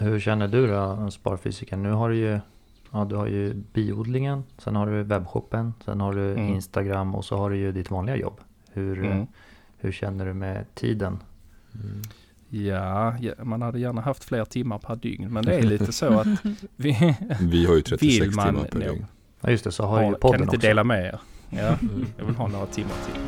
Hur känner du då, Sparfysiken? Nu har du har ju biodlingen, sen har du webbshoppen, sen har du Instagram och så har du ju ditt vanliga jobb. Hur känner du med tiden? Ja, man hade gärna haft fler timmar per dygn, men det är lite så att vi har ju 36 timmar per dygn. Ja just det, så har ju podden kan inte också. dela med er. Ja, jag vill ha några timmar till.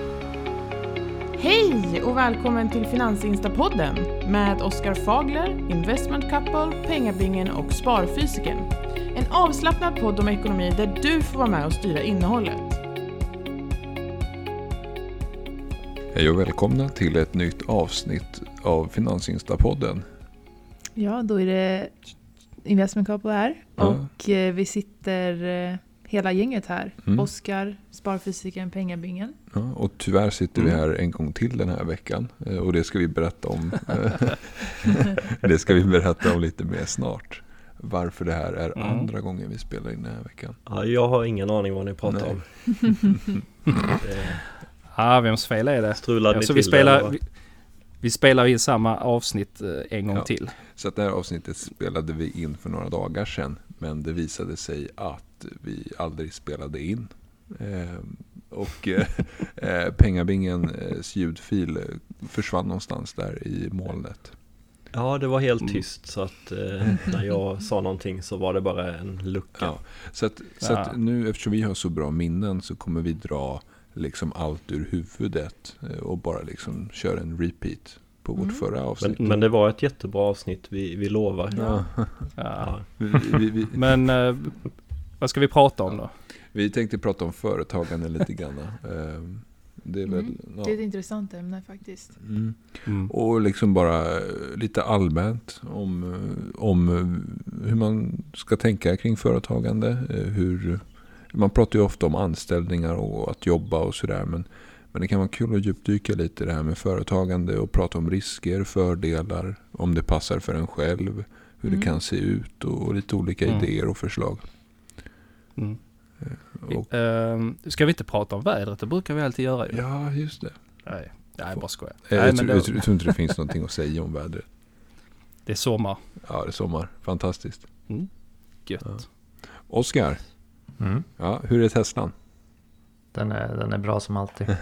Hej och välkommen till Finansinstapodden med Oskar Fagler, Investment Couple, Pengabingen och Sparfysiken. En avslappnad podd om ekonomi där du får vara med och styra innehållet. Hej och välkomna till ett nytt avsnitt av Finansinstapodden. Ja, då är det Investment Couple här och vi sitter hela gänget här. Oskar, Sparfysiken, Pengabingen. Ja, och tyvärr sitter vi här en gång till den här veckan och det ska vi berätta om. Det ska vi berätta om lite mer snart. Varför det här är andra gången vi spelar in den här veckan. Ja, jag har ingen aning vad ni pratar om. Vems fel är det? Strulade ni så till vi spelar in samma avsnitt en gång till. Så att det här avsnittet spelade vi in för några dagar sedan. Men det visade sig att vi aldrig spelade in. Pengabingens ljudfil försvann någonstans där i molnet. Ja, det var helt tyst så att när jag sa någonting så var det bara en lucka. Ja, så att nu eftersom vi har så bra minnen så kommer vi dra liksom allt ur huvudet och bara liksom köra en repeat på vårt förra avsnitt. Men det var ett jättebra avsnitt, vi lovar. Ja. Men vad ska vi prata om då? Vi tänkte prata om företagande lite grann. Det är väl, det är ett intressant ämne faktiskt. Och liksom bara lite allmänt om hur man ska tänka kring företagande. Man pratar ju ofta om anställningar och att jobba och sådär. Men det kan vara kul att djupdyka lite i det här med företagande och prata om risker, fördelar, om det passar för en själv, hur det kan se ut och lite olika idéer och förslag. Ska vi inte prata om vädret? Det brukar vi alltid göra ju. Ja, just det. Nej, jag bara skojar. Jag tror inte det finns någonting att säga om vädret. Det är sommar. Ja, det är sommar. Fantastiskt. Gött. Ja. Oskar, hur är Teslan? Den är bra som alltid.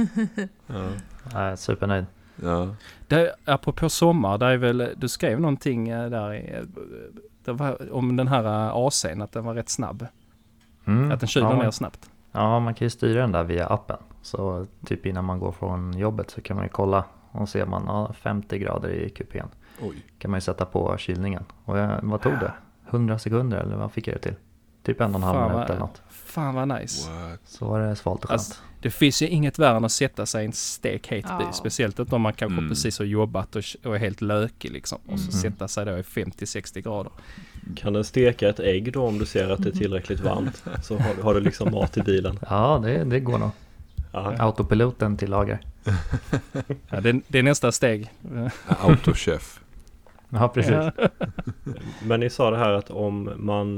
Jag är supernöjd. Ja. Apropå sommar, där är väl, du skrev någonting där det var om den här AC:n, att den var rätt snabb. Att den kyler ner snabbt. Ja, man kan ju styra den där via appen. Så typ innan man går från jobbet så kan man ju kolla och ser man 50 grader i kupén. Kan man ju sätta på kylningen. Och vad tog det? 100 sekunder eller vad fick jag det till? Typ 1,5 minut eller något. Fan vad nice. What? Så var det svalt och skönt. Alltså, det finns ju inget värre än att sätta sig i en stekhet bil. Speciellt inte om man kanske precis har jobbat och är helt lökig liksom. Och så sätta sig då i 50-60 grader. Kan den steka ett ägg då om du ser att det är tillräckligt varmt? Så har du liksom mat i bilen. Ja, det går nog. Autopiloten till lager. Ja, det är nästa steg. Autochef. Ja, precis. Men ni sa det här att om man...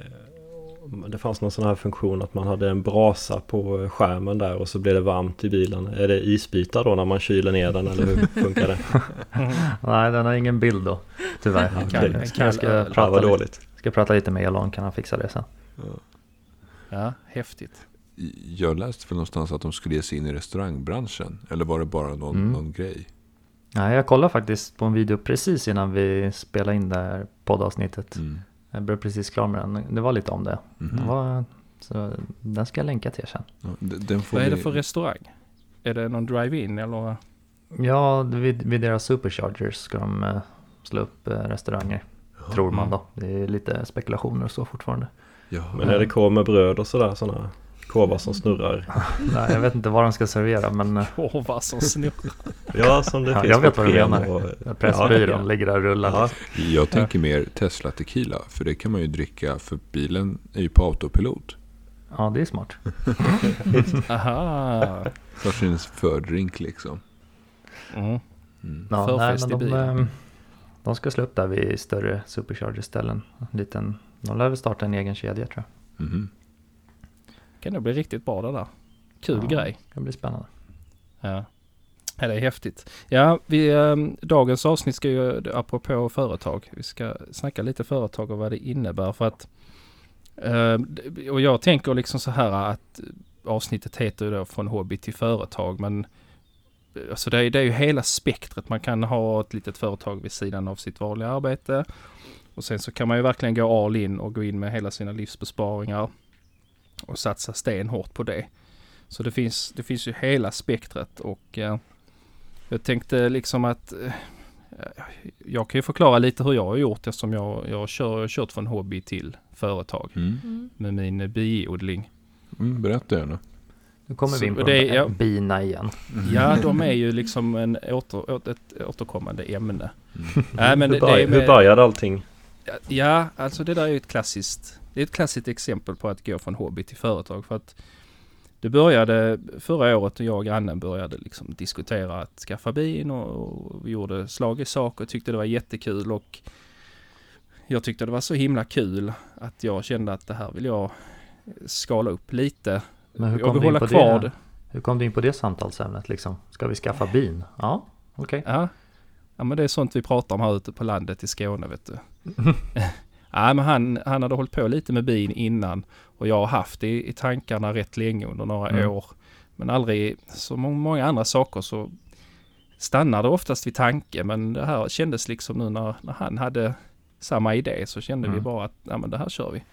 det fanns någon sån här funktion att man hade en brasa på skärmen där och så blev det varmt i bilen. Är det isbitar då när man kyler ner den eller hur funkar det? Nej, den har ingen bild då, tyvärr. Jag ska prata lite med Elon, kan han fixa det sen. Ja, häftigt. Jag läste för någonstans att de skulle ge sig in i restaurangbranschen. Eller var det bara någon grej? Nej, jag kollade faktiskt på en video precis innan vi spelade in det här poddavsnittet. Jag blev precis klar med den. Det var lite om det. Så den ska jag länka till er sen. Vad är det för restaurang? Är det någon drive-in eller? Ja, vid deras superchargers ska de slå upp restauranger. Tror man då. Det är lite spekulationer och så fortfarande. Ja. Men är det korv med bröd och sådär? Sådana korvar som snurrar? Nej, jag vet inte vad de ska servera. Men... Korvar som snurrar? Ja, som det finns. Jag vet vad du menar. Pressbyrån ligger där och rullar. Ja. Jag tänker mer Tesla tequila. För det kan man ju dricka. För bilen är ju på autopilot. Ja, det är smart. Aha. Kanske en fördrink liksom. Ja, nej, men de ska slå upp där vid större supercharger-ställen. De lär väl starta en egen kedja, tror jag. Kan det bli riktigt bra det där? Kul grej. Det blir spännande. Ja. Ja, det är häftigt. Ja, dagens avsnitt ska ju, apropå företag, vi ska snacka lite företag och vad det innebär. För att, och jag tänker liksom så här att avsnittet heter ju då från hobby till företag, men alltså det är ju hela spektret. Man kan ha ett litet företag vid sidan av sitt vanliga arbete. Och sen så kan man ju verkligen gå all in och gå in med hela sina livsbesparingar och satsa stenhårt på det. Så det finns ju hela spektret, och jag tänkte liksom att jag kan ju förklara lite hur jag har gjort, eftersom jag har kört från hobby till företag med min biodling. Berätta gärna. Nu kommer vi in på bina igen. Ja, de är ju liksom ett återkommande ämne. Nej, men hur började allting? Ja, alltså det där är ju ett klassiskt exempel på att gå från hobby till företag. För att det började förra året, och jag och grannen började liksom diskutera att skaffa bin, och vi gjorde slag i sak och tyckte det var jättekul, och jag tyckte det var så himla kul att jag kände att det här vill jag skala upp lite. Men hur kom du in på det samtalsämnet liksom? Ska vi skaffa bin? Ja, okej. Okay. Ja, men det är sånt vi pratar om här ute på landet i Skåne, vet du. Ja, men han hade hållit på lite med bin innan, och jag har haft det i tankarna rätt länge under några år. Men aldrig så många andra saker så stannade oftast vid tanke, men det här kändes liksom nu när han hade samma idé, så kände vi bara att ja, men det här kör vi.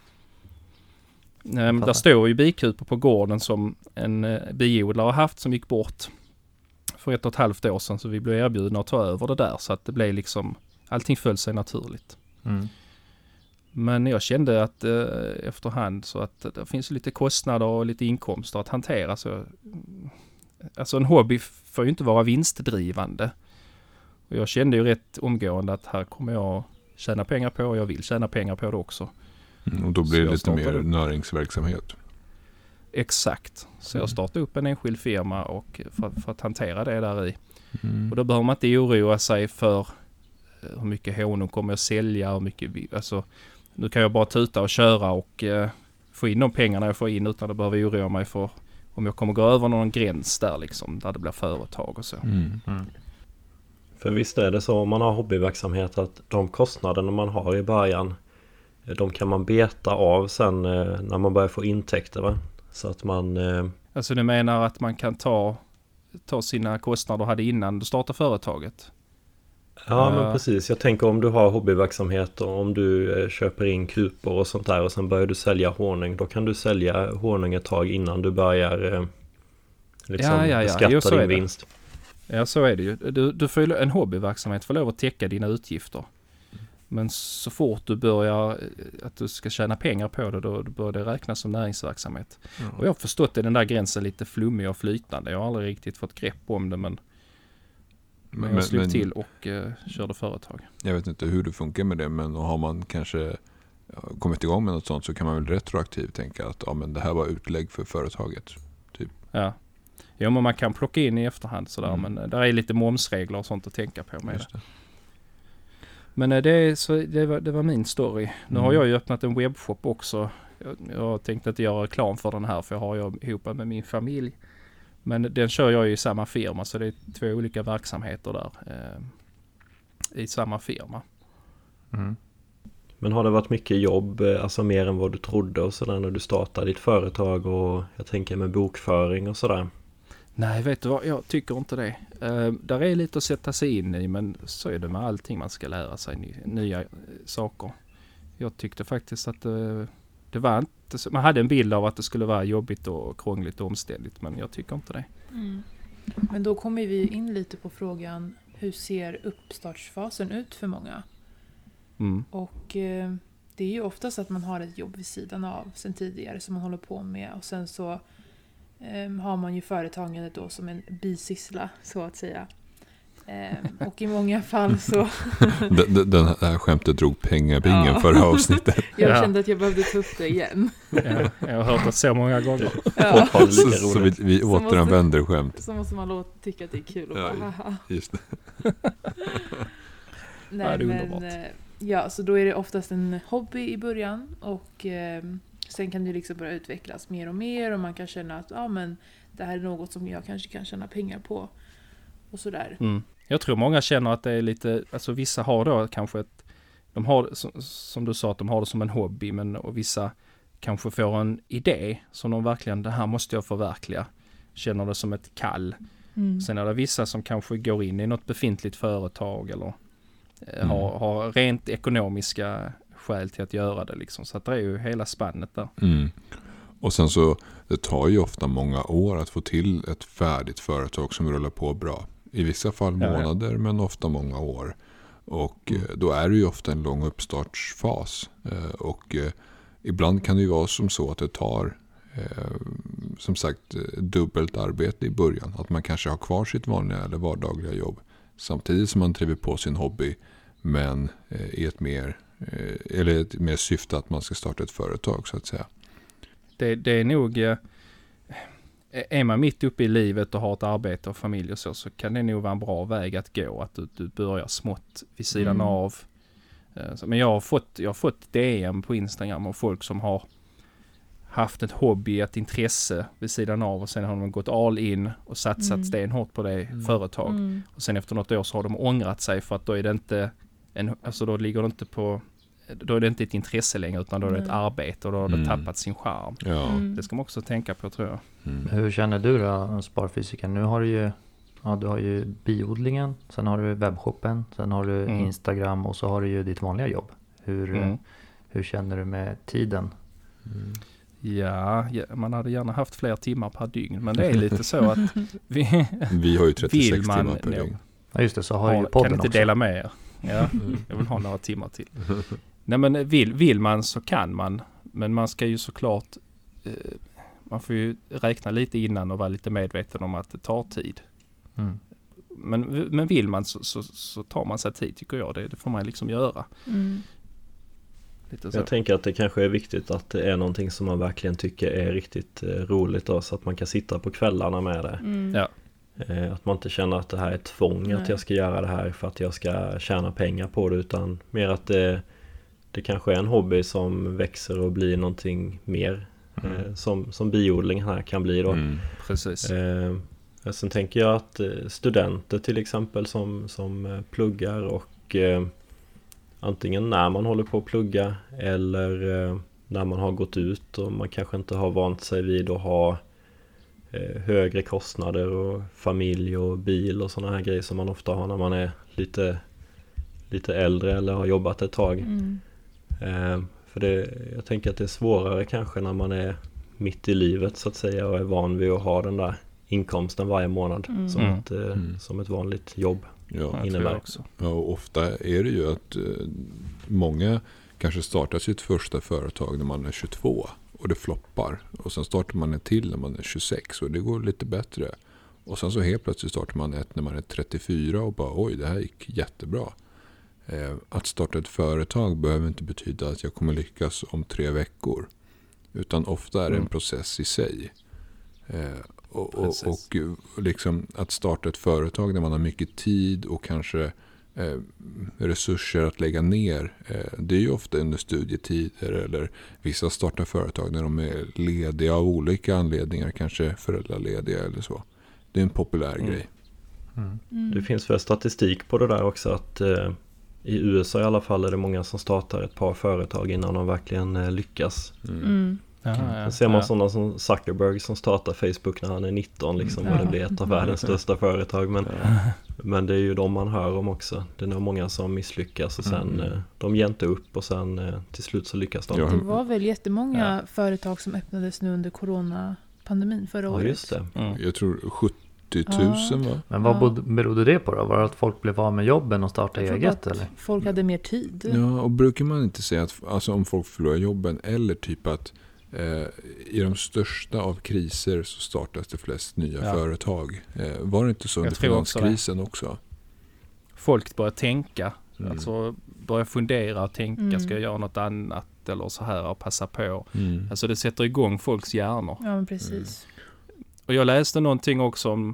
Där står ju bikupor på gården som en biodlare har haft som gick bort för 1,5 år sedan, så vi blev erbjudna att ta över det där, så att det blev liksom, allting föll sig naturligt. Men jag kände att efterhand så att det finns lite kostnader och lite inkomster att hantera. Så, alltså en hobby får ju inte vara vinstdrivande. Och jag kände ju rätt omgående att här kommer jag tjäna pengar på, och jag vill tjäna pengar på det också. Och då blir det lite mer näringsverksamhet. Exakt. Så jag startade upp en enskild firma och för att hantera det där i. Och då behöver man inte oroa sig för hur mycket honung kommer jag sälja, hur mycket, alltså nu kan jag bara tuta och köra och få in de pengarna jag får in, utan att behöva oroa mig för om jag kommer gå över någon gräns där liksom, där det blir företag och så. För visst är det så om man har hobbyverksamhet att de kostnaderna man har i början, de kan man beta av sen när man börjar få intäkter, va? Så att man... Alltså du menar att man kan ta sina kostnader du hade innan du startade företaget? Ja, men precis. Jag tänker om du har hobbyverksamhet och om du köper in kupor och sånt där och sen börjar du sälja honung, då kan du sälja honung ett tag innan du börjar beskatta din vinst. Ja, så är det ju. Du får ju, en hobbyverksamhet får lov att täcka dina utgifter. Men så fort du börjar att du ska tjäna pengar på det, då börjar det räknas som näringsverksamhet. Och jag har förstått att den där gränsen lite flummig och flytande. Jag har aldrig riktigt fått grepp om det, men jag slog till och körde företag. Jag vet inte hur det funkar med det, men har man kanske kommit igång med något sånt, så kan man väl retroaktivt tänka att ja, men det här var utlägg för företaget. Typ. Ja, men man kan plocka in i efterhand sådär, men där är lite momsregler och sånt att tänka på med det. Men det var min story. Nu har jag ju öppnat en webbshop också. Jag tänkte inte göra reklam för den här, för jag har jag ihop med min familj. Men den kör jag ju i samma firma, så det är 2 olika verksamheter där i samma firma. Men har det varit mycket jobb, alltså mer än vad du trodde och sådär när du startade ditt företag, och jag tänker med bokföring och sådär? Nej, vet du vad? Jag tycker inte det. Där är lite att sätta sig in i, men så är det med allting man ska lära sig nya saker. Jag tyckte faktiskt att det var inte så, man hade en bild av att det skulle vara jobbigt och krångligt och omständigt, men jag tycker inte det. Men då kommer vi in lite på frågan, hur ser uppstartsfasen ut för många? Och det är ju oftast att man har ett jobb vid sidan av sen tidigare som man håller på med, och sen så har man ju företagandet då som en bisyssla, så att säga. Och i många fall så... Den här skämtet drog pengabingen förra avsnittet. Jag kände att jag behövde ta upp det igen. Jag har hört det så många gånger. Så vi återanvänder skämt. Så måste man tycka att det är kul och bara haha. Just det. Nej, det är underbart. Så då är det oftast en hobby i början, och sen kan det liksom börja utvecklas mer och mer, och man kan känna att men det här är något som jag kanske kan tjäna pengar på. och sådär. Jag tror många känner att det är lite, alltså vissa har då kanske de har, som du sa, att de har det som en hobby, och vissa kanske får en idé som de verkligen, det här måste jag förverkliga. Känner det som ett kall. Sen är det vissa som kanske går in i något befintligt företag eller har rent ekonomiska skäl till att göra det liksom. Så att det är ju hela spannet där. Och sen så, det tar ju ofta många år att få till ett färdigt företag som rullar på bra. I vissa fall månader, men ofta många år. Och då är det ju ofta en lång uppstartsfas. Och ibland kan det ju vara som så att det tar som sagt dubbelt arbete i början. Att man kanske har kvar sitt vanliga eller vardagliga jobb samtidigt som man driver på sin hobby, men i ett mer syfte att man ska starta ett företag så att säga. Det är nog, är man mitt uppe i livet och har ett arbete och familj och så kan det nog vara en bra väg att gå, att du börjar smått vid sidan av. Men jag har fått DM på Instagram och folk som har haft ett hobby, ett intresse vid sidan av, och sen har de gått all in och satsat stenhårt på det företag. Och sen efter något år så har de ångrat sig, för att då är det inte då är det inte ett intresse längre, utan då är det ett arbete, och då har det tappat sin charm. Det ska man också tänka på, tror jag. Hur känner du då, Sparfysiken? Nu har du har ju biodlingen, sen har du webbshoppen, sen har du Instagram, och så har du ju ditt vanliga jobb. Hur känner du med tiden? Ja, man hade gärna haft fler timmar per dygn, men det är lite så att vi har ju 36 timmar per dygn. Ja, just det, så har ju podden kan inte också. dela med er. Ja, jag vill ha några timmar till. Nej, men vill man så kan man, men man ska ju såklart man får ju räkna lite innan och vara lite medveten om att det tar tid. Men vill man så tar man sig tid, tycker jag. Det får man liksom göra. Jag tänker att det kanske är viktigt att det är någonting som man verkligen tycker är riktigt roligt då, så att man kan sitta på kvällarna med det. Att man inte känner att det här är tvång, att jag ska göra det här för att jag ska tjäna pengar på det, utan mer att det kanske är en hobby som växer och blir någonting mer. Som biodling här kan bli då. Precis. Sen tänker jag att studenter till exempel som pluggar och antingen när man håller på att plugga eller när man har gått ut och man kanske inte har vant sig vid att ha högre kostnader och familj och bil och sådana här grejer som man ofta har när man är lite äldre eller har jobbat ett tag. För jag tänker att det är svårare kanske när man är mitt i livet så att säga och är van vid att ha den där inkomsten varje månad som ett vanligt jobb innebär. Också. Ja, och ofta är det ju att många kanske startar sitt första företag när man är 22 och det floppar. Och sen startar man ett till när man är 26 och det går lite bättre. Och sen så helt plötsligt startar man ett när man är 34 och bara oj, det här gick jättebra. Att starta ett företag behöver inte betyda att jag kommer lyckas om 3 veckor. Utan ofta är det en process i sig. Och liksom att starta ett företag där man har mycket tid och kanske resurser att lägga ner. Det är ju ofta under studietider eller vissa startar företag när de är lediga av olika anledningar. Kanske föräldralediga eller så. Det är en populär grej. Det finns väl statistik på det där också att i USA i alla fall är det många som startar ett par företag innan de verkligen lyckas. Sen ser man sådana som Zuckerberg som startar Facebook när han är 19 liksom, och det blir ett av världens största företag. Men det är ju de man hör om också. Det är nog många som misslyckas och sen de ger inte upp och sen till slut så lyckas de. Det var väl jättemånga företag som öppnades nu under coronapandemin förra året. Just det. Jag tror 70 000 va? Men vad berodde det på då? Var det att folk blev av med jobben och startade eget? Eller? Folk hade mer tid. Ja, och brukar man inte säga att alltså, om folk förlorar jobben eller typ att i de största av kriser så startas det flest nya företag. Var det inte så under finanskrisen också? Folk börjar tänka. Alltså börjar fundera och tänka. Ska jag göra något annat eller så här och passa på? Alltså det sätter igång folks hjärnor. Ja, men precis. Och jag läste någonting också om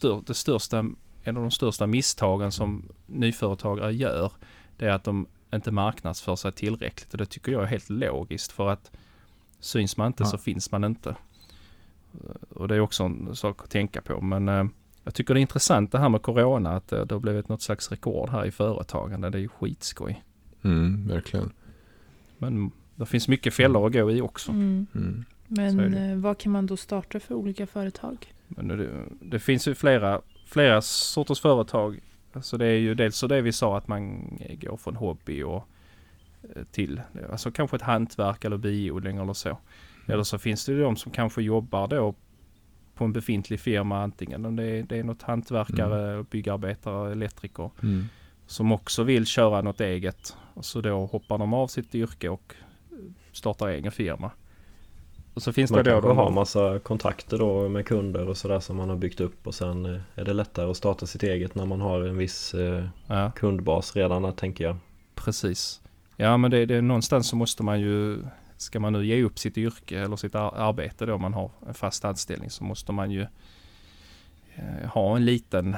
en av de största misstagen som nyföretagare gör. Det är att de inte marknadsför sig tillräckligt. Och det tycker jag är helt logiskt, för att syns man inte så finns man inte. Och det är också en sak att tänka på. Men Jag tycker det är intressant det här med corona, att det har blivit något slags rekord här i företagande. Det är ju skitskoj. Verkligen. Men det finns mycket fällor att gå i också. Men vad kan man då starta för olika företag? Men det finns ju flera sorters företag. Alltså det är ju dels så det vi sa, att man går från hobby och till alltså kanske ett hantverk eller biodling eller så. Eller så finns det ju de som kanske jobbar då på en befintlig firma, antingen om det är något hantverkare, byggarbetare, elektriker som också vill köra något eget. Och så då hoppar de av sitt yrke och startar egen firma. Och så finns man det kanske har massa kontakter då med kunder och sådär som man har byggt upp, och sen är det lättare att starta sitt eget när man har en viss kundbas redan, tänker jag. Precis. Ja, men det är någonstans så måste man ju, ska man nu ge upp sitt yrke eller sitt arbete då man har en fast anställning, så måste man ju ha en liten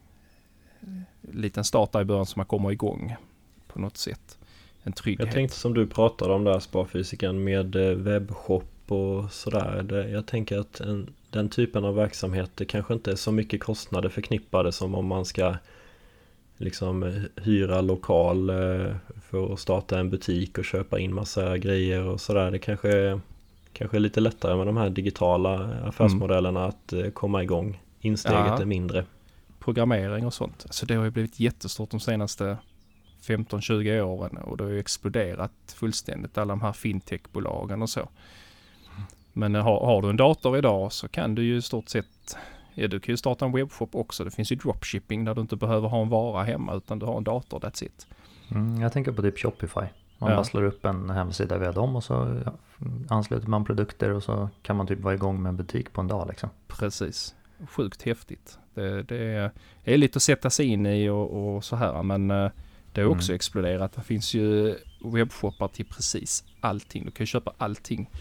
start där i början så man kommer igång på något sätt. En trygghet. Jag tänkte som du pratade om där, Sparfysiken, med webbshop och sådär. Jag tänker att den typen av verksamhet, det kanske inte är så mycket kostnader förknippade som om man ska liksom hyra lokal för att starta en butik och köpa in massa grejer och sådär. Det kanske är lite lättare med de här digitala affärsmodellerna att komma igång. Insteget är mindre. Programmering och sånt. Alltså det har ju blivit jättestort de senaste 15-20 åren, och det har ju exploderat fullständigt, alla de här fintechbolagen och så. Men har du en dator idag så kan du ju i stort sett, du kan ju starta en webbshop också. Det finns ju dropshipping där du inte behöver ha en vara hemma utan du har en dator, that's it. Jag tänker på typ Shopify. Man bara slår upp en hemsida via dem och så ansluter man produkter och så kan man typ vara igång med en butik på en dag liksom. Precis. Sjukt häftigt. Det är lite att sätta sig in i och så här, men det har också exploderat. Det finns ju webbshoppar till precis allting. Du kan ju köpa allting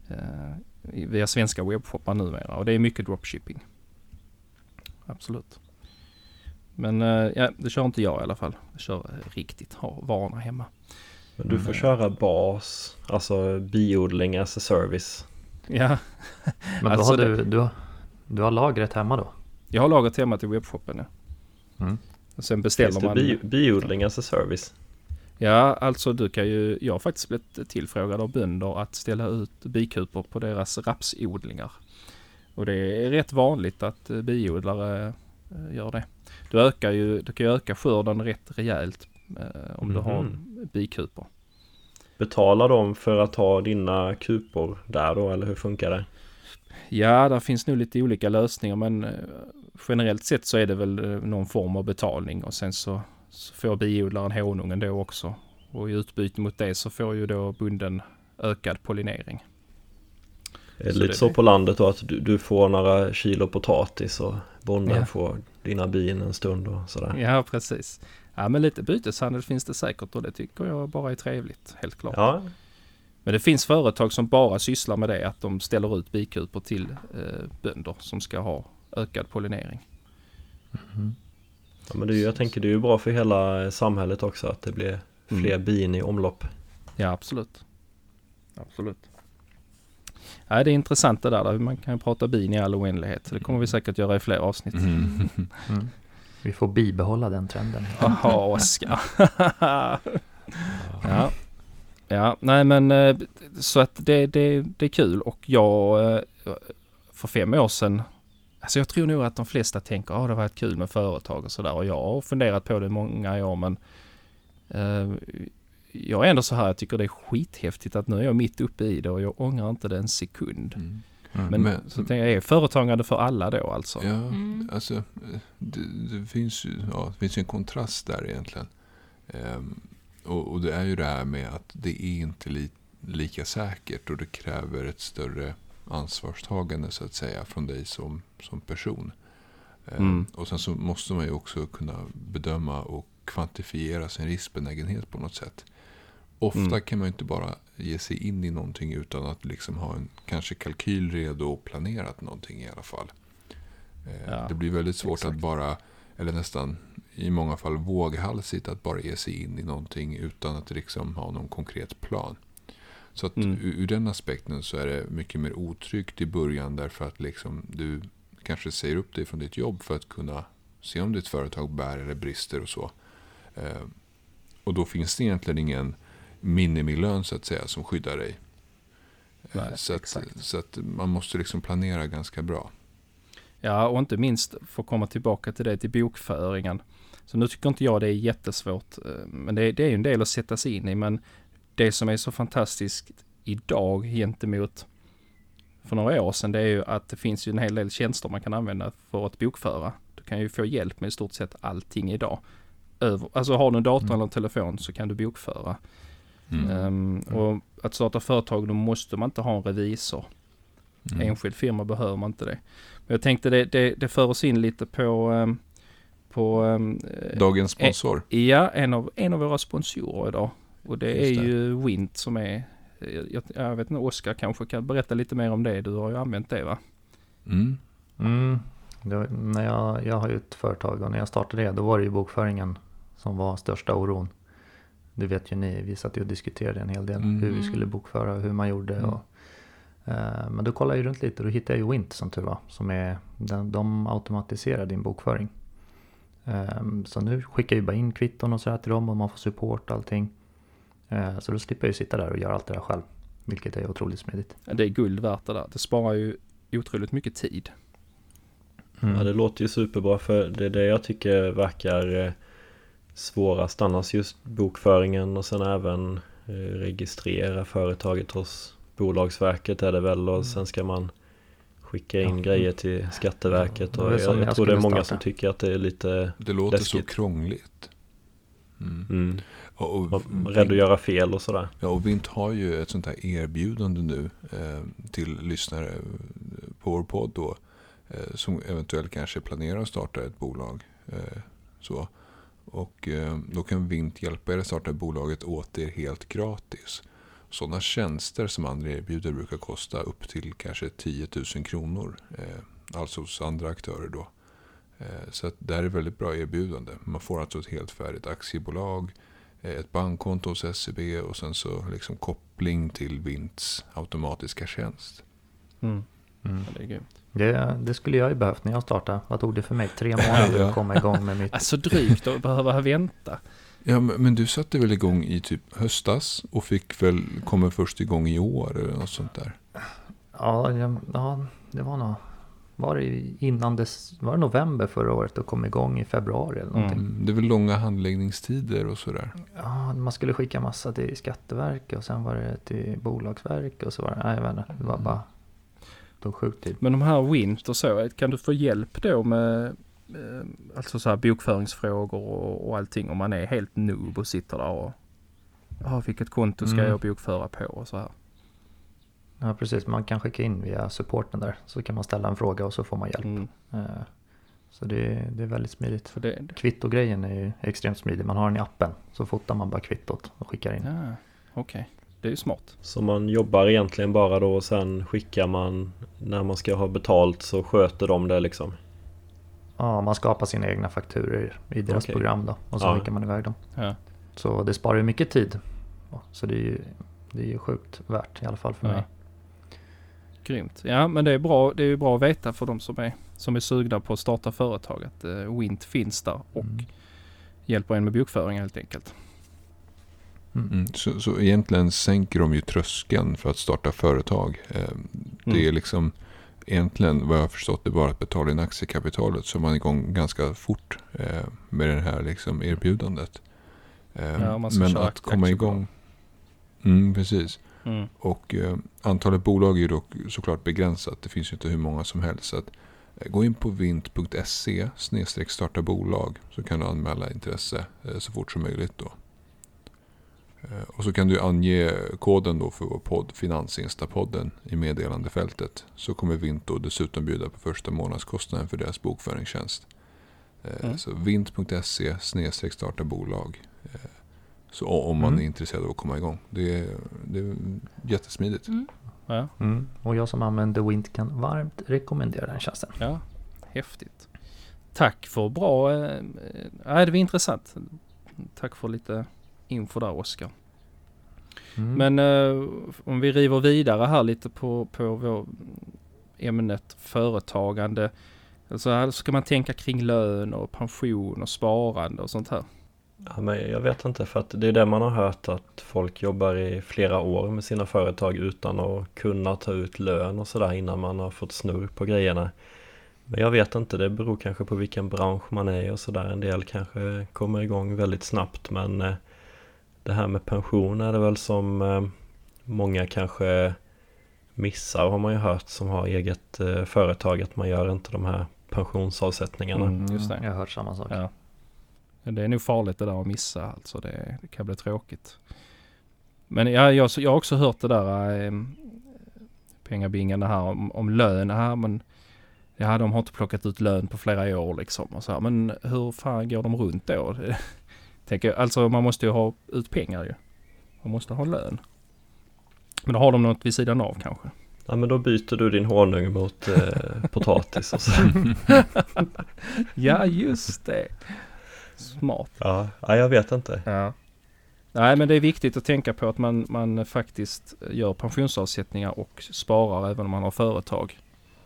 via svenska webbshoppar numera, och det är mycket dropshipping. Absolut. Men det kör inte jag i alla fall. Jag kör riktigt, har varorna hemma. Men du får köra bas, alltså biodling as a service. Ja. Men alltså du har lagret hemma då? Jag har lagret hemma till webbshoppen, ja. Och sen beställer man biodling as a service. Ja, alltså jag har faktiskt blivit tillfrågad av bönder att ställa ut bikuper på deras rapsodlingar. Och det är rätt vanligt att biodlare gör det. Du kan ju öka skörden rätt rejält om du har bikuper. Betalar de för att ha dina kupor där då, eller hur funkar det? Ja, där finns nog lite olika lösningar, men generellt sett så är det väl någon form av betalning, och sen så får biodlaren honungen då också. Och i utbyte mot det så får ju då bonden ökad pollinering. Är det lite så på landet då, att du får några kilo potatis och bonden får dina bin en stund och sådär? Ja, precis. Ja, men lite byteshandel finns det säkert, och det tycker jag bara är trevligt, helt klart. Ja. Men det finns företag som bara sysslar med det, att de ställer ut bikuper till bönder som ska ha ökad pollinering. Ja, men jag tänker det är ju bra för hela samhället också, att det blir fler bin i omlopp. Ja, absolut. Ja, det är intressant det där. Man kan prata bin i all oändlighet. Det kommer vi säkert göra i fler avsnitt. Vi får bibehålla den trenden. Jaha, Oskar. Ja, nej men så att det är kul. Och jag för 5 år sedan, alltså jag tror nog att de flesta tänker det var ett kul med företag och sådär. Och jag har funderat på det många år, men jag är ändå så här, jag tycker det är skithäftigt att nu är jag mitt uppe i det och jag ångrar inte det en sekund. Men så tänker jag, är företagande för alla då alltså? Ja, alltså det finns ju en kontrast där egentligen. Och det är ju det här med att det är inte lika säkert, och det kräver ett större ansvarstagande så att säga från dig som person. Och sen så måste man ju också kunna bedöma och kvantifiera sin riskbenägenhet på något sätt. Ofta kan man ju inte bara ge sig in i någonting utan att liksom ha en kanske kalkyl redo och planerat någonting i alla fall. Det blir väldigt svårt att bara, eller nästan i många fall våghalsigt, att bara ge sig in i någonting utan att liksom ha någon konkret plan. Så att ur den aspekten så är det mycket mer otryggt i början, därför att liksom du kanske säger upp dig från ditt jobb för att kunna se om ditt företag bär eller brister och så. Och då finns det egentligen ingen minimilön så att säga som skyddar dig. Nej, så att man måste liksom planera ganska bra. Ja, och inte minst få komma tillbaka till det, till bokföringen. Så nu tycker inte jag det är jättesvårt, men det är ju en del att sätta sig in i. Men det som är så fantastiskt idag gentemot för några år sedan, det är ju att det finns ju en hel del tjänster man kan använda för att bokföra. Du kan ju få hjälp med i stort sett allting idag. Alltså har du en dator eller en telefon så kan du bokföra. Och att starta företag, då måste man inte ha en revisor. Enskild firma behöver man inte det. Men jag tänkte det för oss in lite på dagens sponsor. Ja, en av våra sponsorer idag. Och det är ju Vint som är, jag vet inte, Oskar kanske kan berätta lite mer om det. Du har ju använt det, va? När jag har ju ett företag, och när jag startade det, då var det ju bokföringen som var största oron. Det vet ju ni, vi satt ju och diskuterade en hel del hur vi skulle bokföra och hur man gjorde. Men då kollade jag runt lite och då hittade jag ju Vint som tur var. Som är, de automatiserar din bokföring. Så nu skickar jag ju bara in kvitton och så här till dem och man får support och allting. Så då slipper jag ju sitta där och göra allt det där själv. Vilket är otroligt smidigt. Det är guld värt det där. Det sparar ju otroligt mycket tid. Ja, det låter ju superbra, för det är det jag tycker verkar svårast annars, just bokföringen och sen även registrera företaget hos Bolagsverket är det väl, och sen ska man skicka in grejer till Skatteverket och jag tror det är många som tycker att det är lite det låter läskigt. Så krångligt. Och rädd att göra fel och sådär. Ja, och Vint har ju ett sånt här erbjudande nu till lyssnare på vår podd då, som eventuellt kanske planerar att starta ett bolag. Och då kan Vint hjälpa er att starta bolaget åt er helt gratis. Sådana tjänster som andra erbjuder brukar kosta upp till kanske 10 000 kronor. Alltså hos andra aktörer då. Så att det här är väldigt bra erbjudande. Man får alltså ett helt färdigt aktiebolag, ett bankkonto hos SEB och sen så liksom koppling till Vints automatiska tjänst. Ja, det är grymt. Det skulle jag ju behövt när jag startade. Vad tog det för mig? 3 månader att komma igång med mitt... Alltså drygt att behöva vänta. Ja, men du satte väl igång i typ höstas och kommer först igång i år eller något sånt där? Ja, det var nog... Var det november förra året och kom igång i februari eller någonting? Det är väl långa handläggningstider och sådär? Ja, man skulle skicka massa till Skatteverket och sen var det till Bolagsverket och så var det... Nej, jag vet inte. Det var bara... Tog sjukt tid. Men de här Vint och så, kan du få hjälp då med alltså så här bokföringsfrågor och allting om man är helt noob och sitter där och vilket konto ska jag bokföra på och så här? Ja, precis. Man kan skicka in via supporten där. Så kan man ställa en fråga och så får man hjälp. Så det är väldigt smidigt. För det. Kvittogrejen är ju extremt smidig. Man har den i appen. Så fotar man bara kvittot och skickar in. Ja, okej. Det är ju smart. Så man jobbar egentligen bara då och sen skickar man när man ska ha betalt, så sköter de det liksom? Ja, man skapar sina egna fakturer i deras program då. Och så skickar man iväg dem. Ja. Så det sparar ju mycket tid. Så det är ju sjukt värt i alla fall för mig. Grymt. Ja, men det är bra. Det är ju bra att veta för de som är sugna på att starta företag att Vint finns där och hjälper en med bokföring helt enkelt. Så egentligen sänker de ju tröskeln för att starta företag. Det är liksom egentligen, vad jag har förstått, det bara att betala in aktiekapitalet så man är igång ganska fort med det här liksom erbjudandet. Men att komma igång... precis. Och antalet bolag är ju dock såklart begränsat. Det finns ju inte hur många som helst. Så att, gå in på vint.se/starta bolag så kan du anmäla intresse så fort som möjligt då. Och så kan du ange koden då för vår podd, Finansinstapodden, i meddelandefältet. Så kommer Vint då dessutom bjuda på första månadskostnaden för deras bokföringstjänst. Så vint.se/starta bolag. Så om man är intresserad av att komma igång. Det är jättesmidigt. Och jag som använder Vint kan varmt rekommendera den tjänsten. Ja, häftigt. Tack för bra... det var intressant. Tack för lite info där, Oskar. Men om vi river vidare här lite på vår ämnet företagande. Alltså ska man tänka kring lön och pension och sparande och sånt här? Ja, men jag vet inte, för att det är det man har hört, att folk jobbar i flera år med sina företag utan att kunna ta ut lön och sådär innan man har fått snurr på grejerna. Men jag vet inte, det beror kanske på vilken bransch man är och sådär. En del kanske kommer igång väldigt snabbt, men det här med pension är det väl som många kanske missar, har man ju hört, som har eget företag, att man gör inte de här pensionsavsättningarna. Just det. Jag har hört samma sak. Ja. Det är nog farligt det där att missa, alltså det kan bli tråkigt. Men jag har också hört det där pengabingen, det här om lön här, men ja, de har inte plockat ut lön på flera år liksom. Och så här, men hur fan går de runt då? Tänker, alltså man måste ju ha ut pengar ju. Man måste ha lön. Men då har de något vid sidan av kanske. Ja, men då byter du din honung mot potatis och så. Ja, just det. Smart. Ja, jag vet inte. Ja. Nej, men det är viktigt att tänka på att man faktiskt gör pensionsavsättningar och sparar även om man har företag.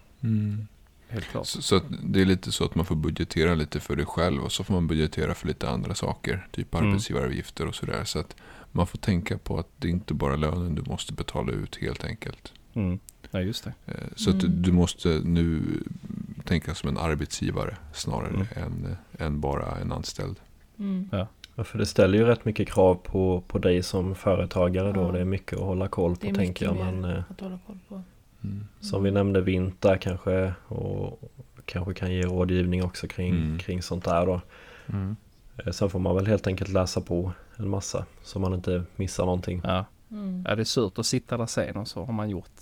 Helt klart. Så att det är lite så att man får budgetera lite för det själv och så får man budgetera för lite andra saker, typ arbetsgivaravgifter och sådär. Så att man får tänka på att det är inte bara lönen du måste betala ut helt enkelt. Ja, just det. Så att du måste nu tänka som en arbetsgivare snarare än bara en anställd. Ja, för det ställer ju rätt mycket krav på dig som företagare då. Det är mycket att hålla koll på, tänker jag. Men att hålla koll på. Som vi nämnde, Vinter kanske, och kanske kan ge rådgivning också kring sånt där då. Sen får man väl helt enkelt läsa på en massa så man inte missar någonting. Ja, det är surt att sitta där sen och så har man gjort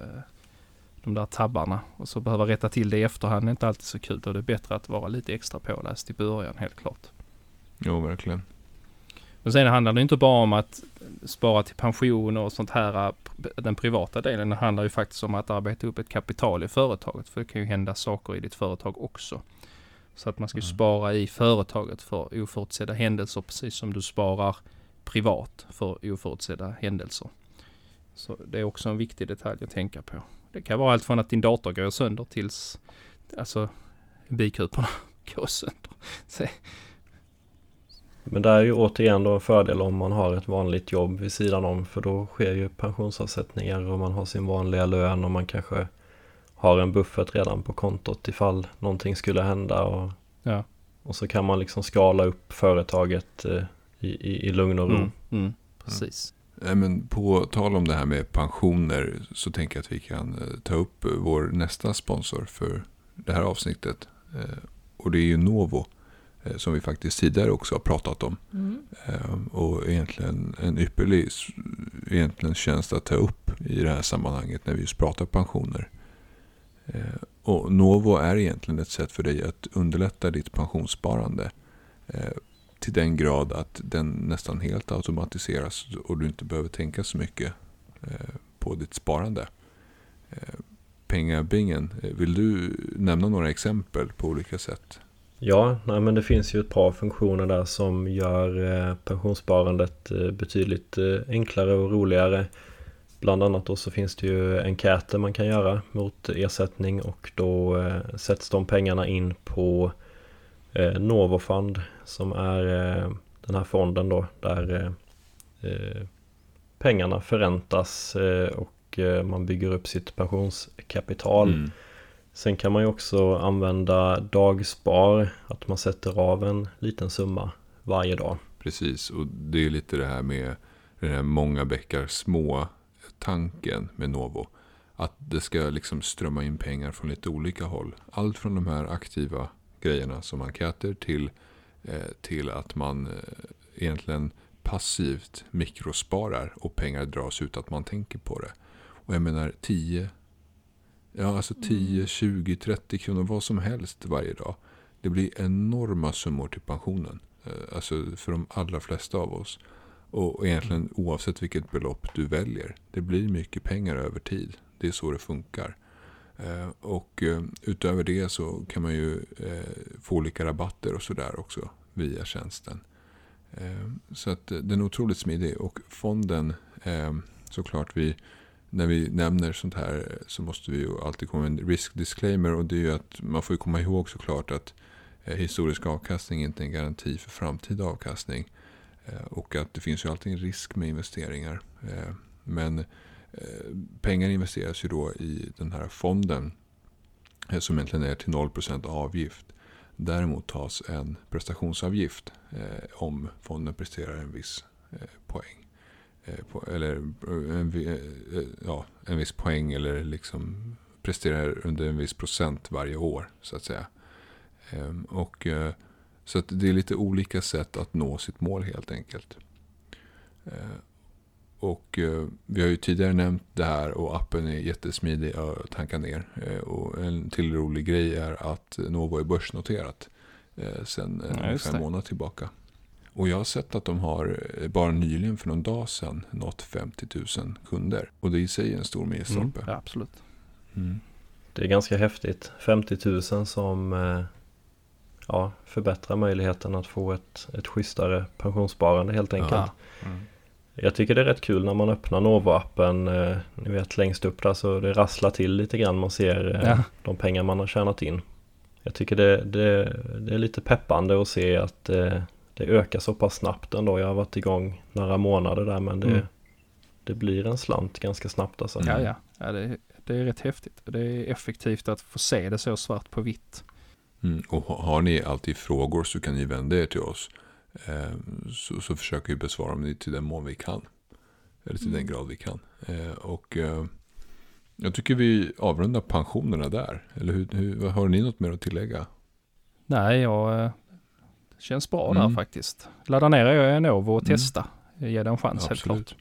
de där tabbarna och så behöva rätta till det i efterhand är inte alltid så kul, och det är bättre att vara lite extra påläst i början, helt klart. Jo, verkligen. Men sen handlar det inte bara om att spara till pension och sånt här, den privata delen. Det handlar ju faktiskt om att arbeta upp ett kapital i företaget, för det kan ju hända saker i ditt företag också. Så att man ska spara i företaget för oförutsedda händelser, precis som du sparar privat för oförutsedda händelser. Så det är också en viktig detalj att tänka på. Det kan vara allt från att din dator går sönder tills alltså bikuporna går sönder. Så. Men det är ju återigen då en fördel om man har ett vanligt jobb vid sidan om, för då sker ju pensionsavsättningar och man har sin vanliga lön och man kanske har en buffert redan på kontot ifall någonting skulle hända, och så kan man liksom skala upp företaget i lugn och ro. Precis. Men på tal om det här med pensioner så tänker jag att vi kan ta upp vår nästa sponsor för det här avsnittet, och det är ju Novo, som vi faktiskt tidigare också har pratat om. Och egentligen en ypperlig tjänst att ta upp i det här sammanhanget när vi just pratar pensioner. Och Novo är egentligen ett sätt för dig att underlätta ditt pensionssparande till den grad att den nästan helt automatiseras och du inte behöver tänka så mycket på ditt sparande. Pengabingen, vill du nämna några exempel på olika sätt? Ja, men det finns ju ett par funktioner där som gör pensionssparandet betydligt enklare och roligare. Bland annat då så finns det ju enkäter man kan göra mot ersättning, och då sätts de pengarna in på Novofund, som är den här fonden då där pengarna förräntas och man bygger upp sitt pensionskapital. Sen kan man ju också använda dagspar, att man sätter av en liten summa varje dag. Precis, och det är lite det här med den här många bäckar små tanken med Novo. Att det ska liksom strömma in pengar från lite olika håll. Allt från de här aktiva grejerna som enkäter till att man egentligen passivt mikrosparar och pengar dras ut att man tänker på det. Och jag menar 10, 20, 30 kronor, vad som helst varje dag. Det blir enorma summor till pensionen. Alltså för de allra flesta av oss. Och egentligen oavsett vilket belopp du väljer. Det blir mycket pengar över tid. Det är så det funkar. Och utöver det så kan man ju få olika rabatter och sådär också via tjänsten. Så att den är otroligt smidig. Och fonden, såklart vi när vi nämner sånt här så måste vi ju alltid komma med en risk disclaimer, och det är ju att man får komma ihåg såklart att historisk avkastning inte är en garanti för framtida avkastning, och att det finns ju alltid en risk med investeringar, men pengar investeras ju då i den här fonden som egentligen är till 0% avgift. Däremot tas en prestationsavgift om fonden presterar en viss poäng. Eller en viss poäng, eller liksom presterar under en viss procent varje år så att säga. Så att det är lite olika sätt att nå sitt mål helt enkelt. Och vi har ju tidigare nämnt det här, och appen är jättesmidig att tanka ner. Och en till rolig grej är att Novo är börsnoterat sedan 5 månader tillbaka. Och jag har sett att de har bara nyligen för någon dag sedan nått 50 000 kunder. Och det är i sig en stor milstolpe. Ja, absolut. Det är ganska häftigt. 50 000 som förbättrar möjligheten att få ett schysstare pensionssparande helt enkelt. Jag tycker det är rätt kul när man öppnar Novo-appen, ni vet längst upp där, så det rasslar till lite grann, man ser de pengar man har tjänat in. Jag tycker det är lite peppande att se att det ökar så pass snabbt ändå. Jag har varit igång några månader där, men det blir en slant ganska snabbt alltså. Ja, det är rätt häftigt. Det är effektivt att få se det så svart på vitt. Och har ni alltid frågor så kan ni vända er till oss. Så försöker vi besvara dem till den mån vi kan. Eller till den grad vi kan. Och jag tycker vi avrundar pensionerna där. Eller hur, har ni något mer att tillägga? Nej, det känns bra där faktiskt. Ladda ner er Novo och testa. Ge det en chans, helt klart.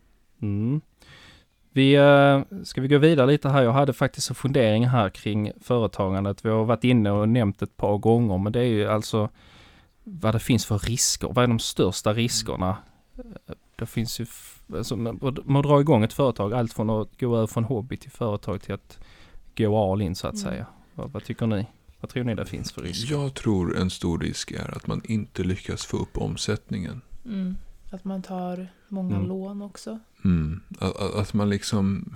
Ska vi gå vidare lite här? Jag hade faktiskt en fundering här kring företagandet. Vi har varit inne och nämnt ett par gånger, men det är ju alltså vad det finns för risker. Vad är de största riskerna? Det finns ju, alltså, man drar igång ett företag, allt från att gå över från hobby till företag till att gå all in så att säga. Vad tycker ni? Vad tror ni det finns för risker? Jag tror en stor risk är att man inte lyckas få upp omsättningen. Att man tar många lån också. Att man liksom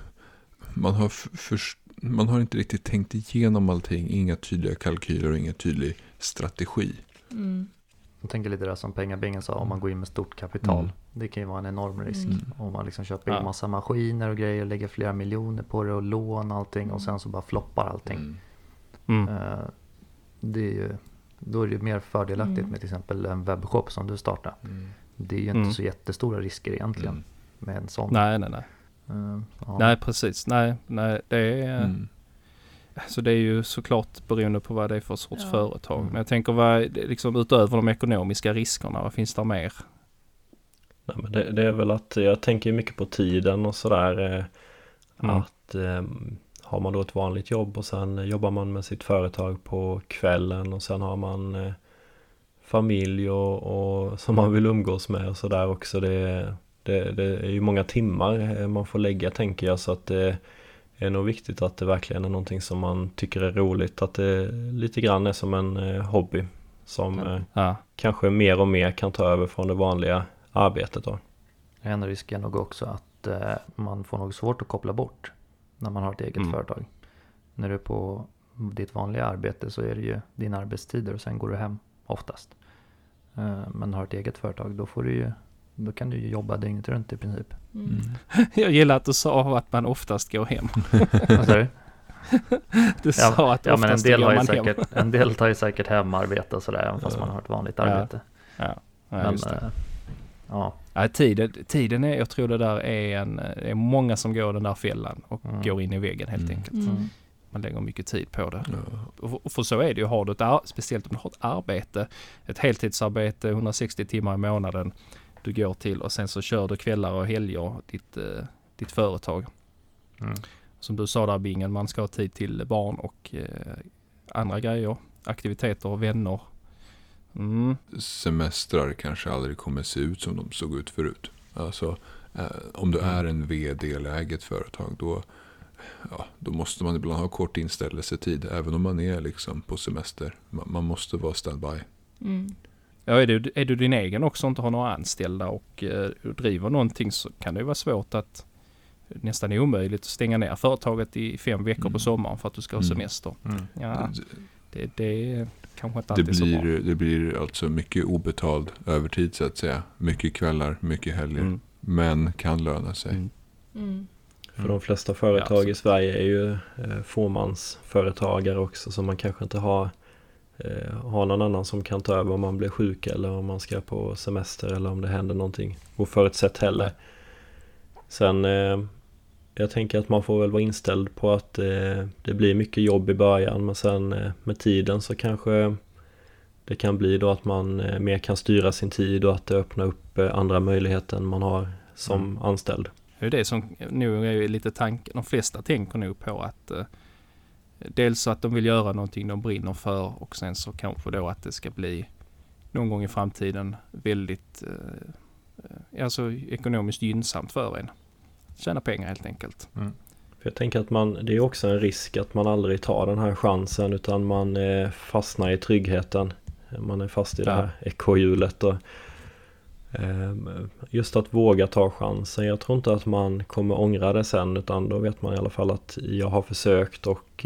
man har inte riktigt tänkt igenom allting. Inga tydliga kalkyler och ingen tydlig strategi. Jag tänker lite där som Pengabingen sa, om man går in med stort kapital. Det kan ju vara en enorm risk. Om man liksom köper in massa maskiner och grejer och lägger flera miljoner på det och lån och allting och sen så bara floppar allting. Då är det mer fördelaktigt med till exempel en webbshop som du startar. Det är ju inte så jättestora risker egentligen med en sån. Nej. Nej, precis. Nej, det är... Så det är ju såklart beroende på vad det är för sorts företag. Men jag tänker, liksom, utöver de ekonomiska riskerna, vad finns det mer? Nej, men det är väl att jag tänker mycket på tiden och sådär. Att har man då ett vanligt jobb och sen jobbar man med sitt företag på kvällen och sen har man familj och som man vill umgås med och sådär också. Det är ju många timmar man får lägga, tänker jag, så att det är nog viktigt att det verkligen är någonting som man tycker är roligt, att det lite grann är som en hobby som kanske mer och mer kan ta över från det vanliga arbetet då. En risk är nog också att man får nog svårt att koppla bort när man har ett eget företag. När du är på ditt vanliga arbete så är det ju dina arbetstider och sen går du hem oftast. Men har ett eget företag, då kan du ju jobba dygnet runt i princip. Jag gillar att du sa att man oftast går hem. Vad sa du? Du sa att oftast går man hem. En del tar ju säkert hemarbete och sådär, även fast man har ett vanligt arbete. Men just det. Tiden är, jag tror det där är många som går den där fällan och går in i väggen helt enkelt. Man lägger mycket tid på det. Och för så är det ju, har du speciellt om du har ett arbete, ett heltidsarbete, 160 timmar i månaden du går till, och sen så kör du kvällar och helger ditt företag. Som du sa där, Bingen, man ska ha tid till barn och andra grejer, aktiviteter och vänner. Semestrar kanske aldrig kommer se ut som de såg ut förut. Alltså, om du är en vd-läget företag, då måste man ibland ha kort inställelsetid, även om man är liksom på semester. Man måste vara standby. Ja, är du din egen också och inte har några anställda och driver någonting, så kan det ju vara svårt att nästan omöjligt att stänga ner företaget i 5 veckor på sommaren för att du ska ha semester. Ja, det kanske inte alltid så bra. Det blir alltså mycket obetald övertid så att säga. Mycket kvällar, mycket helger. Men kan löna sig. För de flesta företag i Sverige är ju fåmansföretagare också, så man kanske inte har någon annan som kan ta över om man blir sjuk eller om man ska på semester eller om det händer någonting oförutsett heller. Sen jag tänker att man får väl vara inställd på att det blir mycket jobb i början, men sen med tiden så kanske det kan bli då att man mer kan styra sin tid och att det öppnar upp andra möjligheter än man har som anställd. Det är det som nu är lite tanken. De flesta tänker nog på att dels att de vill göra någonting de brinner för, och sen så kanske då att det ska bli någon gång i framtiden väldigt alltså ekonomiskt gynnsamt för en. Tjäna pengar helt enkelt. För jag tänker att det är också en risk att man aldrig tar den här chansen, utan man fastnar i tryggheten. Man är fast i det här ekorrhjulet och just att våga ta chansen. Jag tror inte att man kommer ångra det sen, utan då vet man i alla fall att jag har försökt, och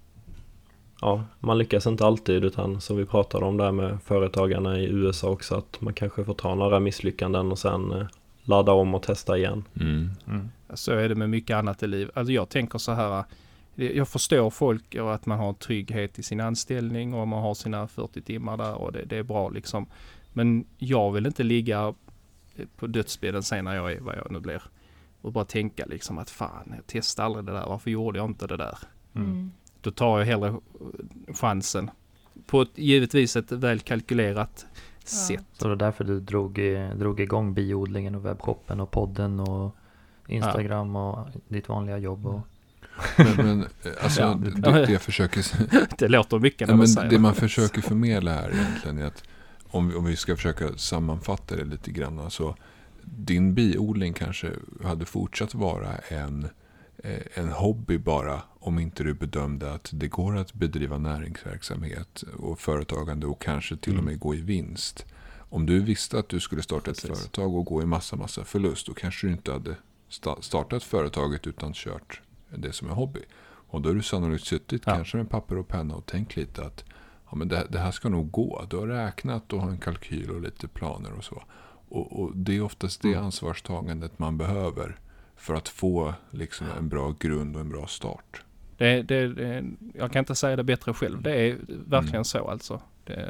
man lyckas inte alltid, utan som vi pratade om där med företagarna i USA också, att man kanske får ta några misslyckanden och sen ladda om och testa igen. Så är det med mycket annat i livet. Alltså jag tänker så här, jag förstår folk och att man har trygghet i sin anställning och man har sina 40 timmar där och det är bra liksom. Men jag vill inte ligga på dödsbädden sen när jag är vad jag nu blir och bara tänka liksom att fan, jag testade aldrig det där. Varför gjorde jag inte det där? Då tar jag hellre chansen på givetvis ett väl kalkylerat sätt. Så det är därför du drog igång biodlingen och webbshoppen och podden och Instagram och ditt vanliga jobb och... Men alltså, det jag försöker... det låter mycket när man säger det. Man försöker förmedla här egentligen är att om vi ska försöka sammanfatta det lite grann, alltså din biodling kanske hade fortsatt vara en hobby bara om inte du bedömde att det går att bedriva näringsverksamhet och företagande och kanske till och med gå i vinst. Om du visste att du skulle starta ett företag och gå i massa förlust, då kanske du inte hade startat företaget utan kört det som är hobby. Och då har du sannolikt suttit kanske med papper och penna och tänkt lite att men det här ska nog gå. Du har räknat och har en kalkyl och lite planer och så. Och det är oftast det ansvarstagandet man behöver för att få liksom en bra grund och en bra start. Jag kan inte säga det bättre själv. Det är verkligen så alltså.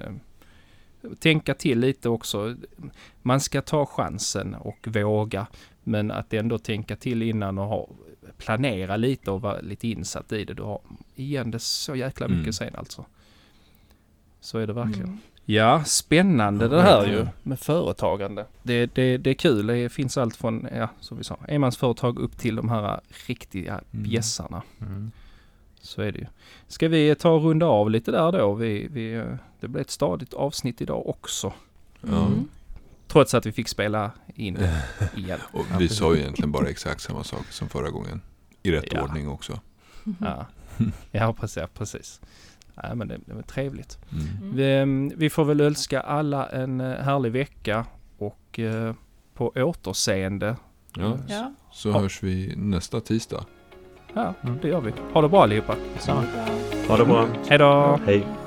Tänka till lite också. Man ska ta chansen och våga, men att ändå tänka till innan och planera lite och vara lite insatt i det. Du har igen det så jäkla mycket sen alltså. Så är det verkligen. Ja, spännande det här ju med företagande. Det är kul. Det finns allt från, som vi sa, enmansföretag upp till de här riktiga bjässarna. Så är det ju. Ska vi ta och runda av lite där då? Det blev ett stadigt avsnitt idag också. Trots att vi fick spela in igen. Och vi sa ju egentligen bara exakt samma sak som förra gången. I rätt ordning också. Ja, precis. Ja, men det var trevligt. Vi får väl önska alla en härlig vecka och på återseende. Ja. Så hörs vi nästa tisdag. Ja, det gör vi. Ha det bra allihopa. Ha det bra. Hej då. Hej.